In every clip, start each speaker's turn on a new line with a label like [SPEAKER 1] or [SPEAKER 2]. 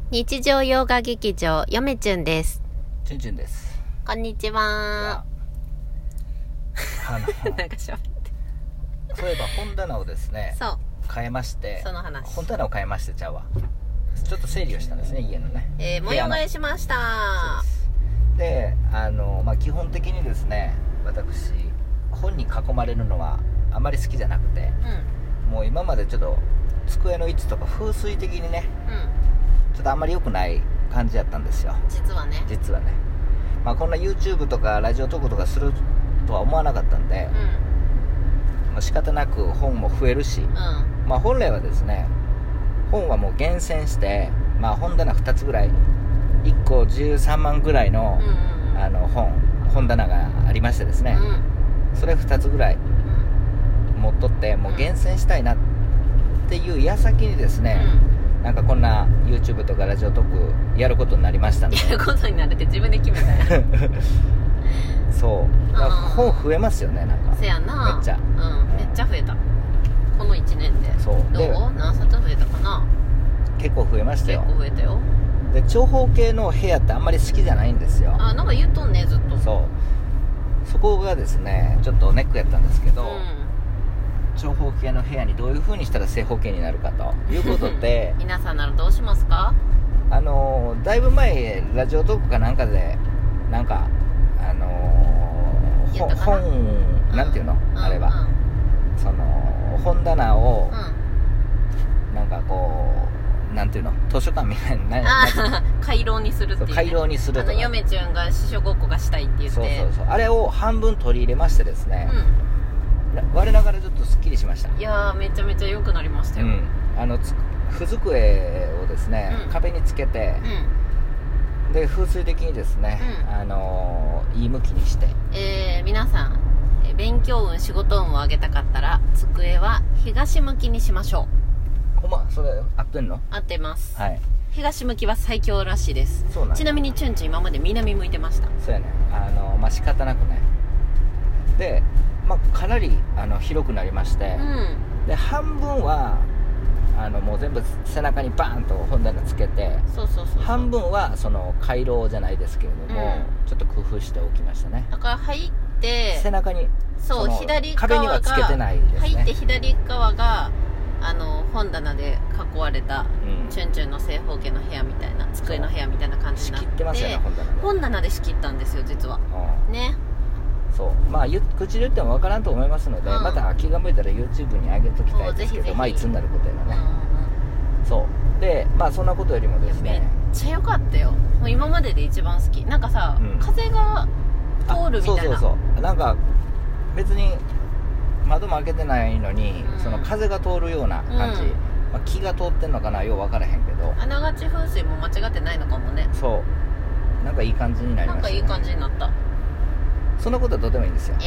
[SPEAKER 1] 日常洋画劇場よめちゅんです。
[SPEAKER 2] ちゅんちゅんです。
[SPEAKER 1] こんにちは。なんか喋って。
[SPEAKER 2] そういえば本棚をですね、
[SPEAKER 1] そう
[SPEAKER 2] 変えまして、
[SPEAKER 1] その話。
[SPEAKER 2] 本棚を変えましてちゃうわ。ちょっと整理をしたんですね、家のね。
[SPEAKER 1] 模様替えしました。
[SPEAKER 2] で、基本的にですね、私本に囲まれるのはあまり好きじゃなくて、もう今までちょっと机の位置とか風水的にね、ちょっとあんまり良くない感じやったんですよ。
[SPEAKER 1] 実はね、
[SPEAKER 2] こんな YouTube とかラジオトークとかするとは思わなかったんで、仕方なく本も増えるし、本来はですね、本はもう厳選して、本棚2つぐらい、1個13万ぐらいの、本棚がありましてですね、それ2つぐらい持っとってもう厳選したいなっていう矢先にですね、なんかこんな YouTube とかラジオトークやることになりましたんで。
[SPEAKER 1] やることになるって自分で決めたよ
[SPEAKER 2] そう本増えますよね。なんか
[SPEAKER 1] せやな、
[SPEAKER 2] めっちゃ、
[SPEAKER 1] めっちゃ増えたこの1年で。
[SPEAKER 2] そう
[SPEAKER 1] どう？何冊増えたかな。
[SPEAKER 2] 結構増えましたよ。
[SPEAKER 1] 結構増えたよ。
[SPEAKER 2] で長方形の部屋ってあんまり好きじゃないんですよ。
[SPEAKER 1] なんか言うとんね、ずっと。
[SPEAKER 2] そこがですねちょっとネックやったんですけど、長方形の部屋にどういう風にしたら正方形になるかということで
[SPEAKER 1] 皆さんならどうしますか？
[SPEAKER 2] だいぶ前ラジオトークかなんかでなんか本なんていうの、あれは、その本棚を、なんかこうなんていうの、図書館みたいな
[SPEAKER 1] 回廊にするっていう、ね、
[SPEAKER 2] 回廊にするとか、
[SPEAKER 1] 嫁ちゃんが師匠ごっこがしたいって言って、
[SPEAKER 2] そうあれを半分取り入れましてですね、我ながらちょっとすっきりしました。
[SPEAKER 1] いやーめちゃめちゃ良くなりましたよ。
[SPEAKER 2] ふ机をですね、壁につけて、で風水的にですね、いい向きにして、
[SPEAKER 1] 皆さん勉強運仕事運を上げたかったら机は東向きにしましょう。
[SPEAKER 2] ほんまそれ合ってんの？
[SPEAKER 1] 合ってます、
[SPEAKER 2] はい。
[SPEAKER 1] 東向きは最強らしいです。
[SPEAKER 2] そうなん。
[SPEAKER 1] ちなみにチュンチュン今まで南向いてました。
[SPEAKER 2] そうやね、仕方なくね。で、かなり広くなりまして、で半分はもう全部背中にバーンと本棚つけて、半分はその回廊じゃないですけれども、ちょっと工夫しておきましたね。
[SPEAKER 1] だから入って
[SPEAKER 2] 背中に、
[SPEAKER 1] 左側が
[SPEAKER 2] 壁にはつけてないですね。
[SPEAKER 1] 入って左側が本棚で囲われた、チュンチュンの正方形の部屋みたいな、机の部屋みたいな感じになって、
[SPEAKER 2] 仕切ってますよね、
[SPEAKER 1] 本棚で仕切ったんですよ実は。ね。
[SPEAKER 2] そう口で言っても分からんと思いますので、また気が向いたら YouTube に上げときたいですけど、いつになることやらね。そうで、そんなことよりもですね、
[SPEAKER 1] めっちゃ良かったよ。もう今までで一番好き。なんかさ、風が通るみたいな。
[SPEAKER 2] なんか別に窓も開けてないのに、その風が通るような感じ、気が通ってんのかな、よう分からへんけど、
[SPEAKER 1] あながち風水も間違ってないのかもね。
[SPEAKER 2] そうなんかいい感じになりましたね。
[SPEAKER 1] なんかいい感じになった。
[SPEAKER 2] そんなことはどうでもいいんですよ。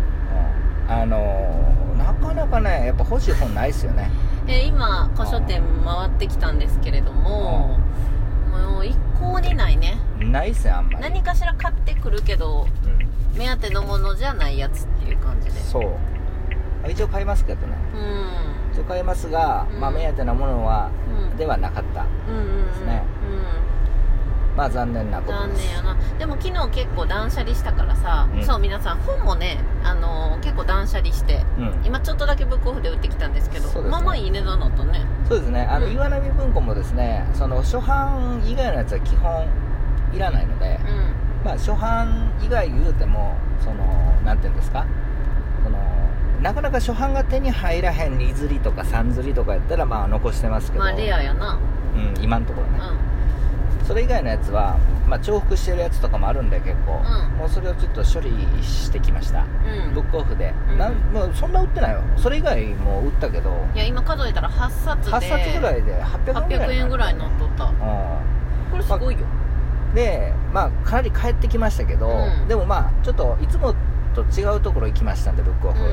[SPEAKER 2] なかなかね、やっぱ欲しい本ないっすよね。
[SPEAKER 1] 今古書店回ってきたんですけれども、もう一向にないね。
[SPEAKER 2] ないっすよ、あんまり。
[SPEAKER 1] 何かしら買ってくるけど、目当てのものじゃないやつっていう感じで。
[SPEAKER 2] そう一応買いますけどね。一応買いますが、目当てのものは、ではなかったですね。残念なことです。
[SPEAKER 1] 残念やな。でも昨日結構断捨離したからさ、そう皆さん本もね、結構断捨離して、今ちょっとだけブックオフで売ってきたんですけど、いい値段だったね。そうですね。
[SPEAKER 2] 岩波文庫もですね、その初版以外のやつは基本いらないので、初版以外言うても、なんていうんですか、なかなか初版が手に入らへん2釣りとか3釣りとかやったら残してますけど、
[SPEAKER 1] レアやな。
[SPEAKER 2] 今のところね。それ以外のやつは、重複してるやつとかもあるんで結構、もうそれをちょっと処理してきました、ブックオフで。そんな売ってないよ。それ以外も売ったけど、
[SPEAKER 1] いや今数えたら8冊で
[SPEAKER 2] 8冊ぐらいで800
[SPEAKER 1] 円ぐらいになっとった。これすごいよ。
[SPEAKER 2] でかなり帰ってきましたけど、でもちょっといつもと違うところ行きましたんで、ブックオフ、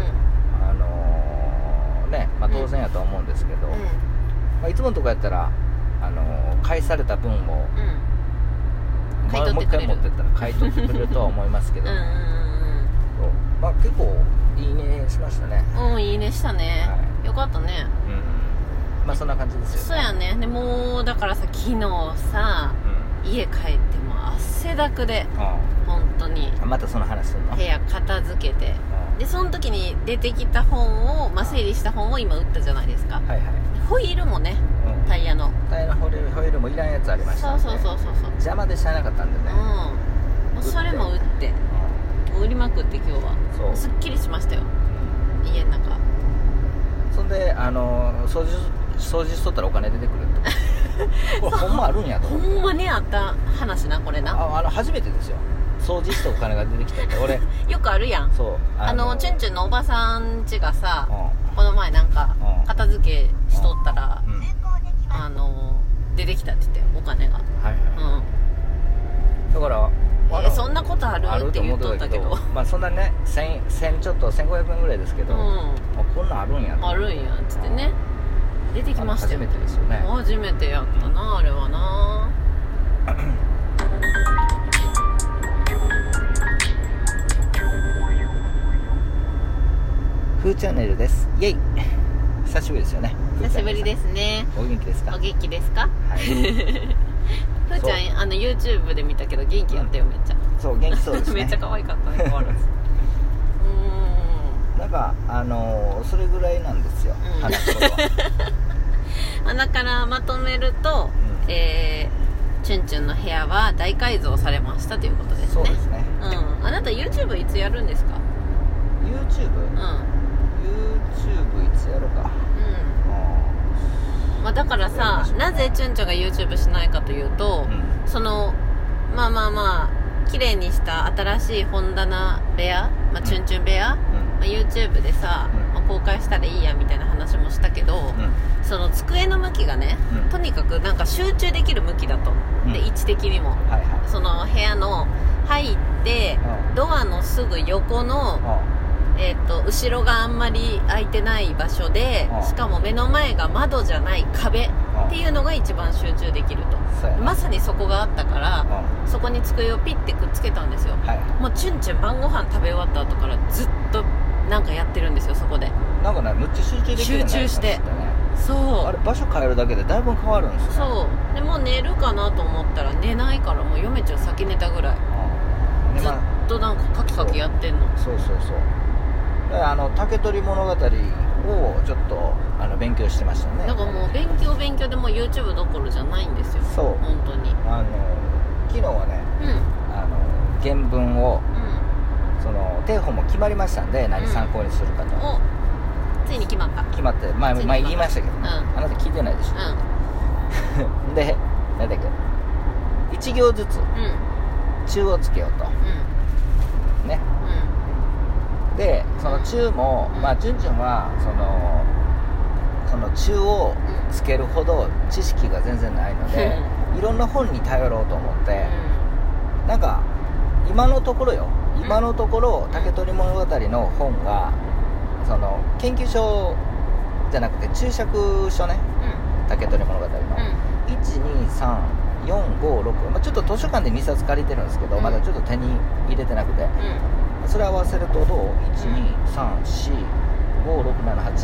[SPEAKER 2] 当然やとは思うんですけど、いつものとこやったら返された分を、もう一回持ってったら買い取ってくれるとは思いますけど、結構いいねしましたね。
[SPEAKER 1] いいねしたね、よかったね。
[SPEAKER 2] まあそんな感じですよね。
[SPEAKER 1] そうやね。でもだからさ、昨日さ、家帰っても汗だくで、本当に
[SPEAKER 2] またその話するの？
[SPEAKER 1] 部屋片付けて、でその時に出てきた本を、整理した本を今売ったじゃないですか。
[SPEAKER 2] はいはい。
[SPEAKER 1] ホイールもね、タイヤの
[SPEAKER 2] ホイールもいらんやつありましたね。
[SPEAKER 1] そう
[SPEAKER 2] 邪魔でしゃあなかったんでね。
[SPEAKER 1] もうそれも売って、売りまくって今日はすっきりしましたよ、家の中。
[SPEAKER 2] そんで掃除しとったらお金出てくるってこれほんまあるんやと。
[SPEAKER 1] ほんまにあった話な、これな。
[SPEAKER 2] 初めてですよ、掃除してお金が出てきたって。俺
[SPEAKER 1] よくあるやん。
[SPEAKER 2] そう
[SPEAKER 1] チュンチュンのおばさん家がさ、この前なんか片付けしとったら、出てきたって言ってお金が。
[SPEAKER 2] だから
[SPEAKER 1] そんなことあるって言っとったけど、
[SPEAKER 2] まあそんなね、1000ちょっと1500円ぐらいですけど、こんなんあるんや
[SPEAKER 1] あるんやっつってね、出てきましたよ。
[SPEAKER 2] 初めてですよね。
[SPEAKER 1] 初めてやったな、あれはな。
[SPEAKER 2] フーチャンネルです。イエイ。久しぶりですよね。
[SPEAKER 1] 久しぶりですね。
[SPEAKER 2] お元気ですか？
[SPEAKER 1] お元気ですか？
[SPEAKER 2] はい。
[SPEAKER 1] ふーちゃんYouTube で見たけど元気やったよ、めっちゃ。
[SPEAKER 2] そう元気そうですね。
[SPEAKER 1] めっちゃ可愛かったね、変わらず。
[SPEAKER 2] なんかそれぐらいなんですよ、話すことは。
[SPEAKER 1] だからまとめると、チュンチュンの部屋は大改造されましたということですね。
[SPEAKER 2] そうですね。
[SPEAKER 1] あなた YouTube いつやるんですか？
[SPEAKER 2] YouTube？ YouTube いつやるか。
[SPEAKER 1] だからさ、なぜチュンチュンが YouTube しないかというと、その綺麗にした新しい本棚部屋、チュンチュン部屋、YouTube でさ、公開したらいいやみたいな話もしたけど、その机の向きがね、とにかくなんか集中できる向きだと、で位置的にも、その部屋の入ってドアのすぐ横の後ろがあんまり空いてない場所で、しかも目の前が窓じゃない壁っていうのが一番集中できると。まさにそこがあったから、そこに机をピッてくっつけたんですよ。もうチュンチュン晩ご飯食べ終わった後からずっとなんかやってるんですよ、そこで。
[SPEAKER 2] なんかね、むっちゃ集中できるようになりましたね。
[SPEAKER 1] 集中して、そう
[SPEAKER 2] あれ場所変えるだけでだいぶ変わるんですよね。
[SPEAKER 1] そうでもう寝るかなと思ったら寝ないから、もう嫁ちゃん先寝たぐらい、ずっとなんかカキカキやってんの。
[SPEAKER 2] そう竹取物語をちょっと勉強してましたね。
[SPEAKER 1] なんかもう勉強でもう YouTube どころじゃないんですよ。
[SPEAKER 2] そう
[SPEAKER 1] 本当に
[SPEAKER 2] 昨日はね、原文を、その定法も決まりましたんで、何参考にするかと、
[SPEAKER 1] ついに決まって
[SPEAKER 2] 前言いましたけど、あなた聞いてないでしょ。で何だっけ、1行ずつ中をつけようと、ね。でその中も、チュンチュンはその中をつけるほど知識が全然ないので、いろんな本に頼ろうと思って、なんか今のところ竹取物語の本がその研究所じゃなくて注釈書ね、竹取物語の、1234566、ちょっと図書館で2冊借りてるんですけど、まだちょっと手に入れてなくて、それ合わせるとどう ?1234567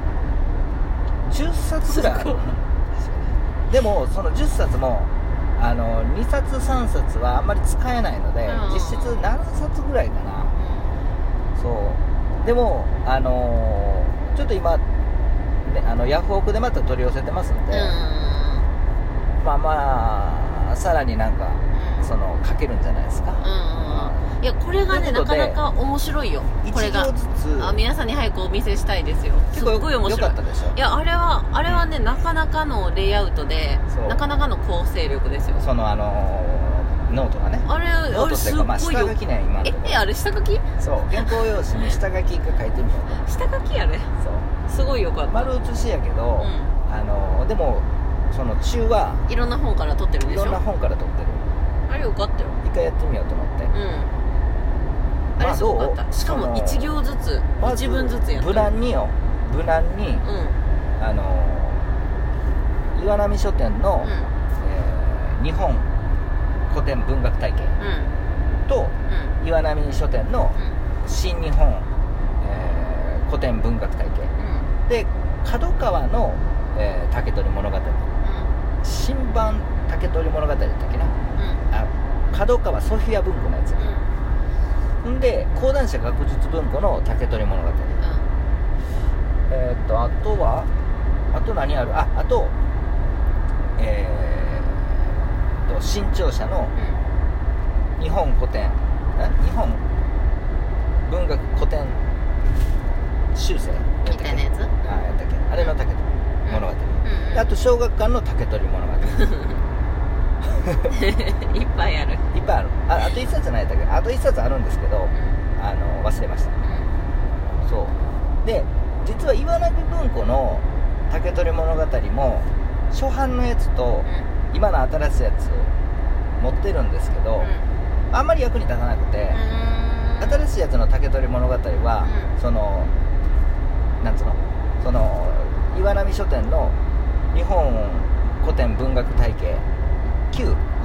[SPEAKER 2] 10冊ぐらいあるんですよね。でもその10冊も2冊3冊はあんまり使えないので、実質7冊ぐらいかな。そうでもちょっと今、ヤフオクでまた取り寄せてますので、さらになんか書けるんじゃないですか。いやこれがねなかなか面白いよ。これが 1行ずつ
[SPEAKER 1] 皆さんに早くお見せしたいですよ。すっごい面白い。
[SPEAKER 2] よかったでしょ。
[SPEAKER 1] いやあれはね、なかなかのレイアウトで、なかなかの構成力ですよ。
[SPEAKER 2] そのノートがね、
[SPEAKER 1] あれ
[SPEAKER 2] すごいよ。下書きね、今のとこ
[SPEAKER 1] あれ下書き？
[SPEAKER 2] そう、原稿用紙に下書きが書いてみようと。
[SPEAKER 1] 下書きやね。そうすごいよかった。
[SPEAKER 2] 丸写しやけど、でもその中はい
[SPEAKER 1] ろんな本から撮ってるでしょ。
[SPEAKER 2] いろんな本から撮ってる。
[SPEAKER 1] あれよかったよ。
[SPEAKER 2] 一回やってみようと思って。
[SPEAKER 1] あれすごかった。しかも1行ずつ、1文ずつやった。
[SPEAKER 2] 無難に岩波書店の、日本古典文学体系と、岩波書店の新日本、古典文学体系、で角川の、 竹取物語、新版竹取物語だったっけな、角川ソフィア文庫のやつ、で講談社学術文庫の竹取物語、あと何ある、あと新潮社の日本古典、日本文学古典修正
[SPEAKER 1] みたいなやつ、
[SPEAKER 2] やったっけ、あれの竹取物語、あと小学館の竹取物語
[SPEAKER 1] いっぱいある、
[SPEAKER 2] いっぱいある。あと1冊ないだけ、あと1冊あるんですけど、忘れました、そうで、実は岩波文庫の竹取物語も初版のやつと今の新しいやつ持ってるんですけど、あんまり役に立たなくて、新しいやつの竹取物語は、そのなんつうの、その岩波書店の日本古典文学体系旧、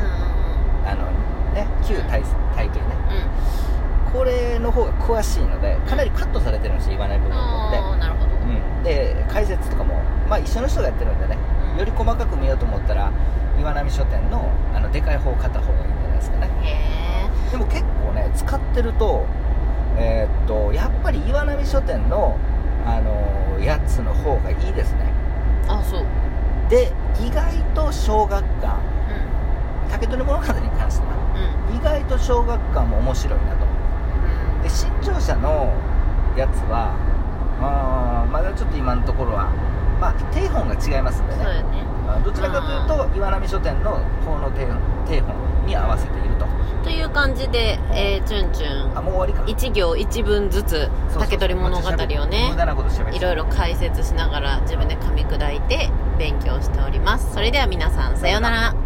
[SPEAKER 2] 旧体系ね、これの方が詳しいので、かなりカットされてるんですよ、岩波文庫って。
[SPEAKER 1] なるほど、
[SPEAKER 2] で解説とかも、一緒の人がやってるんでね、より細かく見ようと思ったら岩波書店のでかい方を買った方がいいんじゃないですかね。でも結構ね、使ってるとやっぱり岩波書店のやつの方がいいですね。
[SPEAKER 1] そう
[SPEAKER 2] で、意外と小学館、竹取物語に関しては、意外と小学館も面白いなと。で、新潮社のやつはまだちょっと今のところは定本が違いますんでね、
[SPEAKER 1] そうよね、
[SPEAKER 2] どちらかというと岩波書店の方の定本に合わせていると
[SPEAKER 1] いう感じで、チュンチュン
[SPEAKER 2] もう終わりか、
[SPEAKER 1] 1行1文ずつ竹取物語をね、いろいろ解説しながら自分で噛み砕いて勉強しております。それでは皆さん、さようなら。